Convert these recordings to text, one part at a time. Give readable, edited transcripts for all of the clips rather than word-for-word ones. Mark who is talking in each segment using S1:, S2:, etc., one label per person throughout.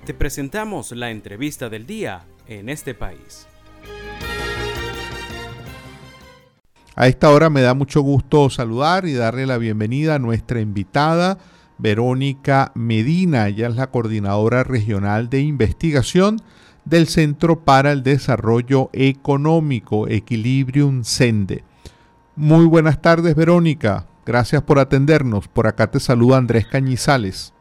S1: Te presentamos la entrevista del día en este país.
S2: A esta hora me da mucho gusto saludar y darle la bienvenida a nuestra invitada, Verónica Medina. Ella es la coordinadora regional de investigación del Centro para el Desarrollo Económico, Equilibrium Cende. Muy buenas tardes, Verónica. Gracias por atendernos. Por acá te saluda Andrés Cañizales.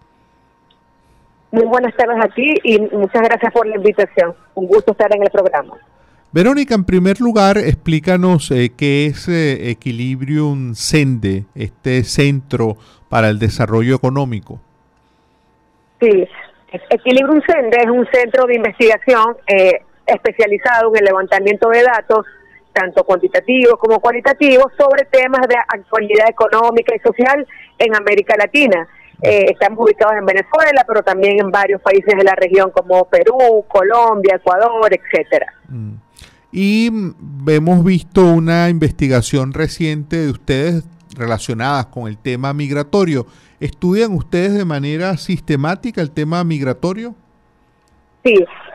S3: Muy buenas tardes a ti y muchas gracias por la invitación. Un gusto estar en el programa.
S2: Verónica, en primer lugar, explícanos qué es Equilibrium Cende, este Centro para el Desarrollo Económico.
S3: Sí, Equilibrium Cende es un centro de investigación especializado en el levantamiento de datos, tanto cuantitativos como cualitativos, sobre temas de actualidad económica y social en América Latina. Estamos ubicados en Venezuela, pero también en varios países de la región como Perú, Colombia, Ecuador, etcétera.
S2: Y hemos visto una investigación reciente de ustedes relacionadas con el tema migratorio. ¿Estudian ustedes de manera sistemática el tema migratorio? Sí,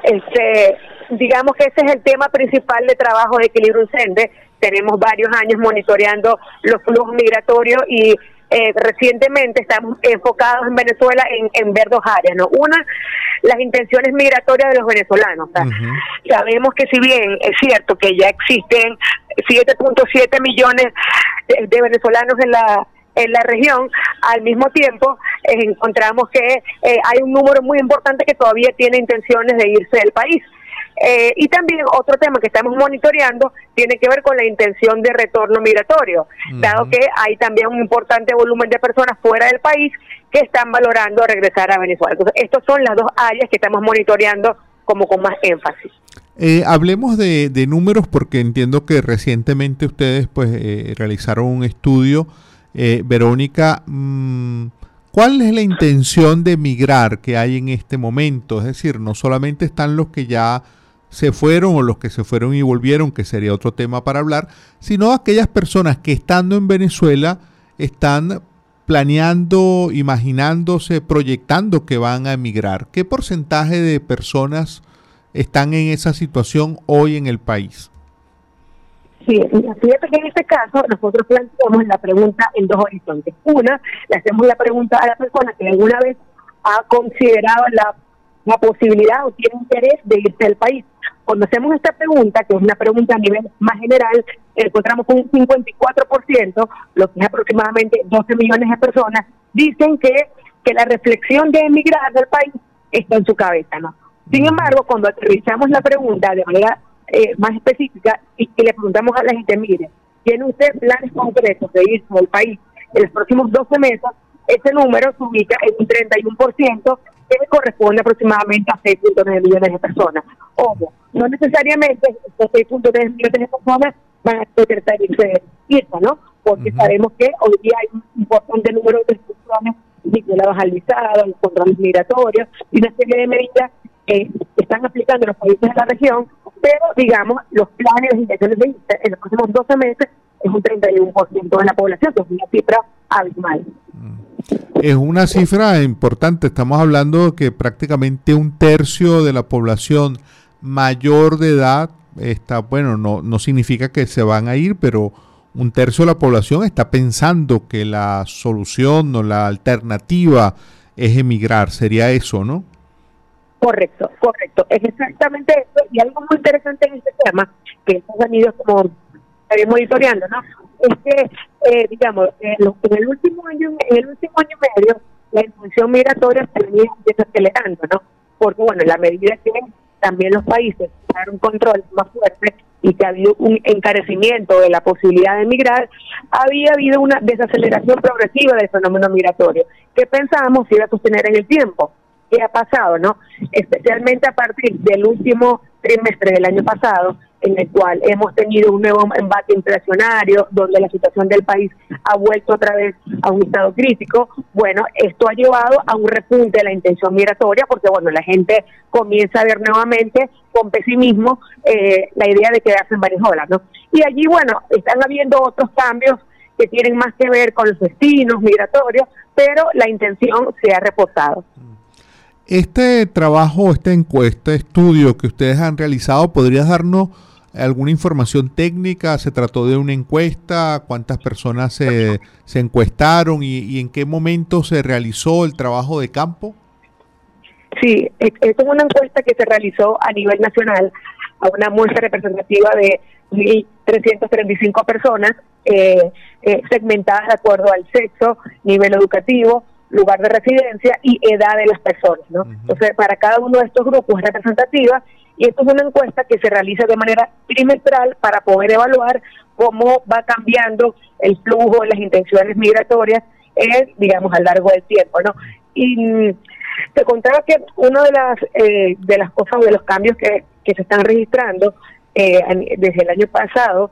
S3: digamos que ese es el tema principal de trabajo de Equilibrium Cende. Tenemos varios años monitoreando los flujos migratorios y recientemente estamos enfocados en Venezuela en ver dos áreas, ¿no? Una, las intenciones migratorias de los venezolanos. O sea, sabemos que si bien es cierto que ya existen 7.7 millones de venezolanos en la región, al mismo tiempo encontramos que hay un número muy importante que todavía tiene intenciones de irse del país. Y también otro tema que estamos monitoreando tiene que ver con la intención de retorno migratorio, dado que hay también un importante volumen de personas fuera del país que están valorando regresar a Venezuela. Entonces, estas son las dos áreas que estamos monitoreando como con más énfasis.
S2: Hablemos de números, porque entiendo que recientemente ustedes realizaron un estudio. Verónica, ¿cuál es la intención de migrar que hay en este momento? Es decir, no solamente están los que ya se fueron o los que se fueron y volvieron, que sería otro tema para hablar, sino aquellas personas que estando en Venezuela están planeando, imaginándose, proyectando que van a emigrar. ¿Qué porcentaje de personas están en esa situación hoy en el país?
S3: Sí, fíjate que en este caso nosotros planteamos la pregunta en dos horizontes. Una, le hacemos la pregunta a la persona que alguna vez ha considerado la posibilidad o tiene interés de irse del país. Cuando hacemos esta pregunta, que es una pregunta a nivel más general, encontramos un 54%, lo que es aproximadamente 12 millones de personas, dicen que la reflexión de emigrar del país está en su cabeza, ¿no? Sin embargo, cuando aterrizamos la pregunta de manera más específica y le preguntamos a la gente, mire, ¿tiene usted planes concretos de irse del país en los próximos 12 meses? Ese número se ubica en un 31%, que corresponde aproximadamente a 6.9 millones de personas. Ojo, no necesariamente estos 6.3 millones de personas van a poder irse, ¿no? Porque sabemos que hoy día hay un importante número de restricciones vinculadas al visado, a los controles migratorios y una serie de medidas que están aplicando los países de la región, pero digamos, los planes, las intenciones de irse en los próximos 12 meses es un 31% de la población, que es una cifra abismal.
S2: Es una cifra importante. Estamos hablando que prácticamente un tercio de la población mayor de edad está, bueno, no significa que se van a ir, pero un tercio de la población está pensando que la solución o la alternativa es emigrar. Sería eso, ¿no?
S3: Correcto. Es exactamente eso. Y algo muy interesante en este tema, que hemos venido como monitoreando, ¿no? Es que, digamos, en el último año y medio, la intención migratoria se venía desacelerando, ¿no? Porque, bueno, en la medida que también los países tomaron control más fuerte y que ha habido un encarecimiento de la posibilidad de emigrar, había habido una desaceleración progresiva del fenómeno migratorio, que pensábamos se iba a sostener en el tiempo. ¿Qué ha pasado, no? Especialmente a partir del último trimestre del año pasado, en el cual hemos tenido un nuevo embate inflacionario, donde la situación del país ha vuelto otra vez a un estado crítico. Bueno, esto ha llevado a un repunte de la intención migratoria, porque bueno, la gente comienza a ver nuevamente con pesimismo la idea de quedarse en Venezuela, ¿no? Y allí, bueno, están habiendo otros cambios que tienen más que ver con los destinos migratorios, pero la intención se ha reposado.
S2: Este trabajo, esta encuesta, estudio que ustedes han realizado, ¿podrías darnos alguna información técnica? ¿Se trató de una encuesta? ¿Cuántas personas se encuestaron y en qué momento se realizó el trabajo de campo?
S3: Sí, esto es una encuesta que se realizó a nivel nacional a una muestra representativa de 1.335 personas, segmentadas de acuerdo al sexo, nivel educativo, lugar de residencia y edad de las personas, ¿no? Entonces, para cada uno de estos grupos es representativa, y esto es una encuesta que se realiza de manera trimestral para poder evaluar cómo va cambiando el flujo de las intenciones migratorias, digamos, a lo largo del tiempo, ¿no? Y te contaba que una de las cosas, de los cambios que se están registrando desde el año pasado,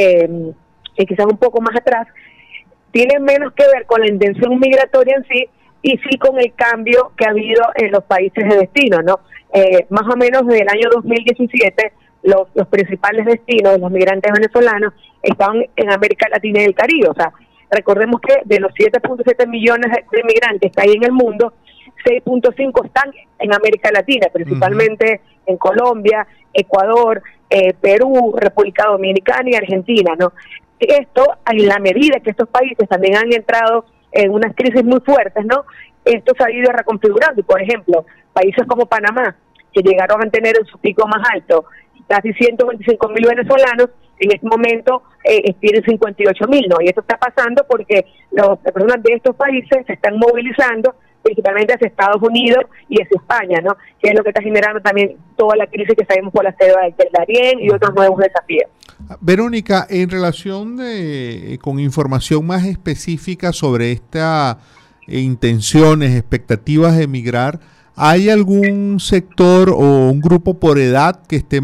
S3: y quizás un poco más atrás, tiene menos que ver con la intención migratoria en sí, y sí con el cambio que ha habido en los países de destino, ¿no? Más o menos desde el año 2017, los principales destinos de los migrantes venezolanos estaban en América Latina y el Caribe. O sea, recordemos que de los 7.7 millones de migrantes que hay en el mundo, 6.5 están en América Latina, principalmente en Colombia, Ecuador, Perú, República Dominicana y Argentina, ¿no? Esto, en la medida que estos países también han entrado en unas crisis muy fuertes, ¿no? Esto se ha ido reconfigurando. Y, por ejemplo, países como Panamá, que llegaron a tener en su pico más alto casi 125.000 venezolanos, en este momento tienen 58.000, ¿no? Y esto está pasando porque las personas de estos países se están movilizando principalmente hacia Estados Unidos y hacia España, ¿no? Que es lo que está generando también toda la crisis que sabemos por la selva del Darién y otros nuevos desafíos.
S2: Verónica, en relación con información más específica sobre esta intenciones, expectativas de emigrar, ¿hay algún sector o un grupo por edad que esté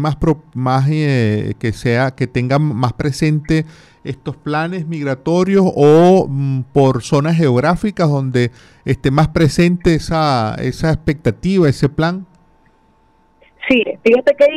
S2: que tenga más presente estos planes migratorios, o por zonas geográficas donde esté más presente esa expectativa, ese plan?
S3: Sí, fíjate que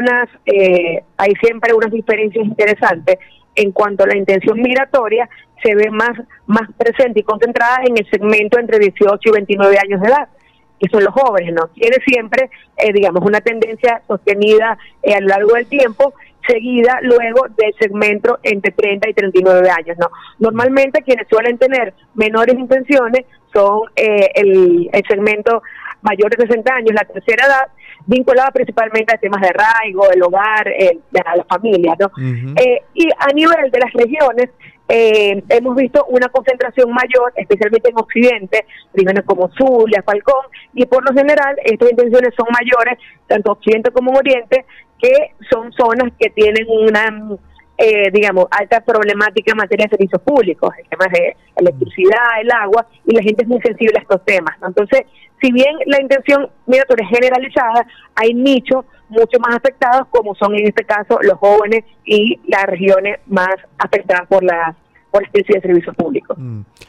S3: hay siempre unas diferencias interesantes. En cuanto a la intención migratoria, se ve más presente y concentrada en el segmento entre 18 y 29 años de edad, que son los jóvenes, ¿no? Tiene siempre, digamos, una tendencia sostenida a lo largo del tiempo, seguida luego del segmento entre 30 y 39 años, ¿no? Normalmente quienes suelen tener menores intenciones son el segmento mayor de 60 años, la tercera edad, vinculada principalmente a temas de arraigo, el hogar, a la familia, ¿no? Y a nivel de las regiones, hemos visto una concentración mayor, especialmente en Occidente, regiones como Zulia, Falcón, y por lo general estas intenciones son mayores, tanto Occidente como en Oriente, que son zonas que tienen una, digamos, alta problemática en materia de servicios públicos, en temas de electricidad, el agua, y la gente es muy sensible a estos temas, ¿no? Entonces, si bien la intención migratoria es generalizada, hay nichos mucho más afectados, como son en este caso los jóvenes y las regiones más afectadas por la crisis de servicios públicos.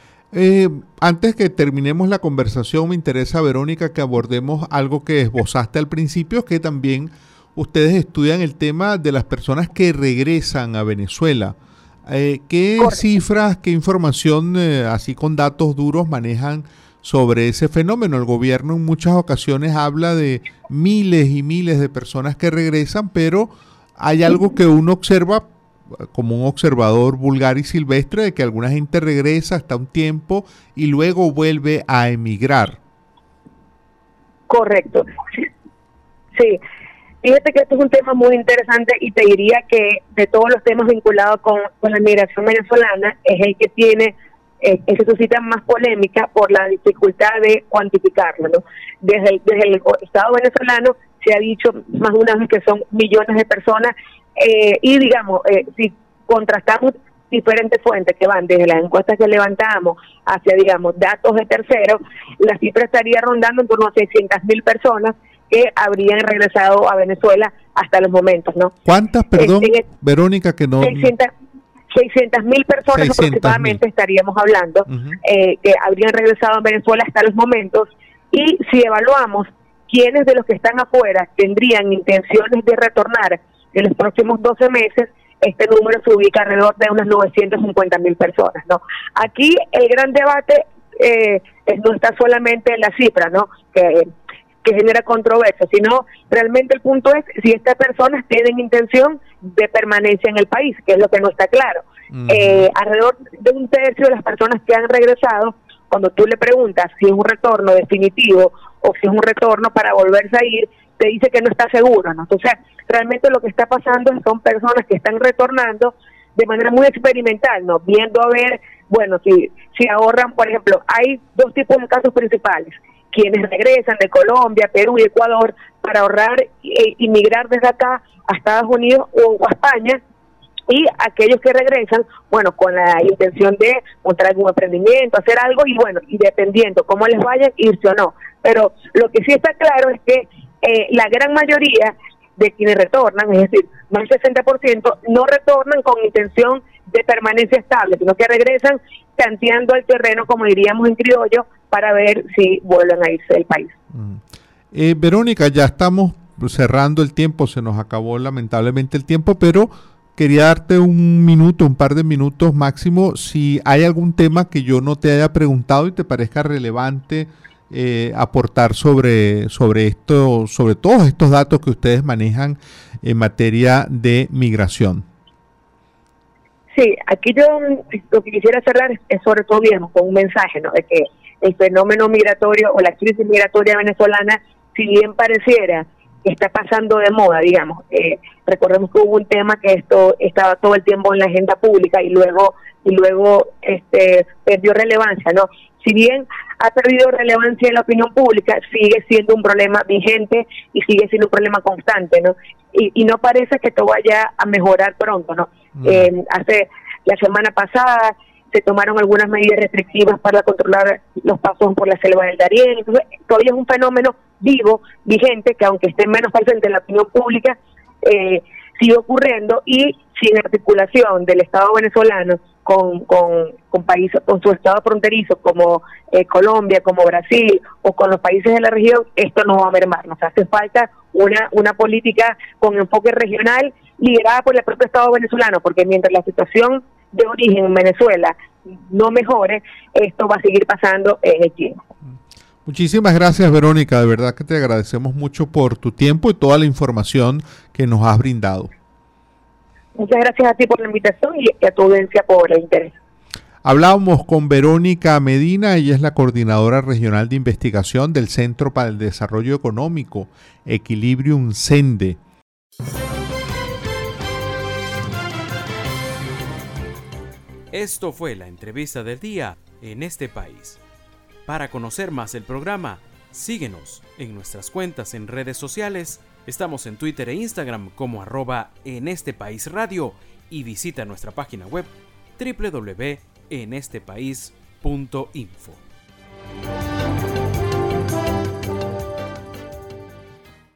S2: Antes que terminemos la conversación, me interesa, Verónica, que abordemos algo que esbozaste al principio, que también ustedes estudian el tema de las personas que regresan a Venezuela. ¿Qué
S3: Correcto.
S2: cifras, qué información, así con datos duros, manejan sobre ese fenómeno? El gobierno en muchas ocasiones habla de miles y miles de personas que regresan, pero hay algo que uno observa como un observador vulgar y silvestre, de que alguna gente regresa hasta un tiempo y luego vuelve a emigrar.
S3: Correcto. Sí. Fíjate que esto es un tema muy interesante, y te diría que de todos los temas vinculados con la migración venezolana es el que tiene el que suscita más polémica por la dificultad de cuantificarlo, ¿no? Desde el Estado venezolano se ha dicho más de una vez que son millones de personas, y digamos, si contrastamos diferentes fuentes que van desde las encuestas que levantamos hacia, digamos, datos de terceros, la cifra estaría rondando en torno a 600.000 personas que habrían regresado a Venezuela hasta los momentos, ¿no?
S2: ¿Cuántas, perdón, Verónica, que no...
S3: 600.000 personas aproximadamente estaríamos hablando, que habrían regresado a Venezuela hasta los momentos. Y si evaluamos quiénes de los que están afuera tendrían intenciones de retornar en los próximos 12 meses, este número se ubica alrededor de unas 950.000 personas, ¿no? Aquí el gran debate no está solamente en la cifra, ¿no? Que que genera controversia, sino realmente el punto es si estas personas tienen intención de permanencia en el país, que es lo que no está claro. Alrededor de un tercio de las personas que han regresado, cuando tú le preguntas si es un retorno definitivo o si es un retorno para volverse a ir, te dice que no está seguro, ¿no? Entonces, realmente lo que está pasando son personas que están retornando de manera muy experimental, ¿no? Viendo a ver, bueno, si ahorran, por ejemplo, hay dos tipos de casos principales: quienes regresan de Colombia, Perú y Ecuador para ahorrar y migrar desde acá a Estados Unidos o a España, y aquellos que regresan, bueno, con la intención de montar algún emprendimiento, hacer algo, y bueno, y dependiendo cómo les vaya, irse o no. Pero lo que sí está claro es que la gran mayoría de quienes retornan, es decir, más del 60%, no retornan con intención de permanencia estable, sino que regresan tanteando el terreno, como diríamos en criollo, para ver si vuelven a irse del país.
S2: Verónica, ya estamos cerrando el tiempo, se nos acabó lamentablemente el tiempo, pero quería darte un par de minutos máximo, si hay algún tema que yo no te haya preguntado y te parezca relevante aportar sobre esto, sobre todos estos datos que ustedes manejan en materia de migración.
S3: Sí, aquí yo lo que quisiera cerrar es sobre todo bien con un mensaje, ¿no? De que el fenómeno migratorio o la crisis migratoria venezolana, si bien pareciera que está pasando de moda, digamos, recordemos que hubo un tema que esto estaba todo el tiempo en la agenda pública y luego perdió relevancia, ¿no? Si bien ha perdido relevancia en la opinión pública, sigue siendo un problema vigente y sigue siendo un problema constante, ¿no? Y no parece que esto vaya a mejorar pronto, ¿no? Hace la semana pasada se tomaron algunas medidas restrictivas para controlar los pasos por la selva del Darién. Entonces, todavía es un fenómeno vivo, vigente, que aunque esté menos presente en la opinión pública, sigue ocurriendo, y sin articulación del Estado venezolano con países, con su estado fronterizo como Colombia, como Brasil o con los países de la región, esto no va a mermar. Nos hace falta una política con enfoque regional liderada por el propio Estado venezolano, porque mientras la situación de origen en Venezuela no mejore, esto va a seguir pasando en el tiempo.
S2: Muchísimas gracias, Verónica, de verdad que te agradecemos mucho por tu tiempo y toda la información que nos has brindado.
S3: Muchas gracias a ti por la invitación y a tu audiencia por el interés.
S2: Hablábamos con Verónica Medina, ella es la coordinadora regional de investigación del Centro para el Desarrollo Económico, Equilibrium CENDE.
S1: Esto fue la entrevista del día en este país. Para conocer más el programa, síguenos en nuestras cuentas en redes sociales. Estamos en Twitter e Instagram como @enestepaisradio y visita nuestra página web www.enestepais.info.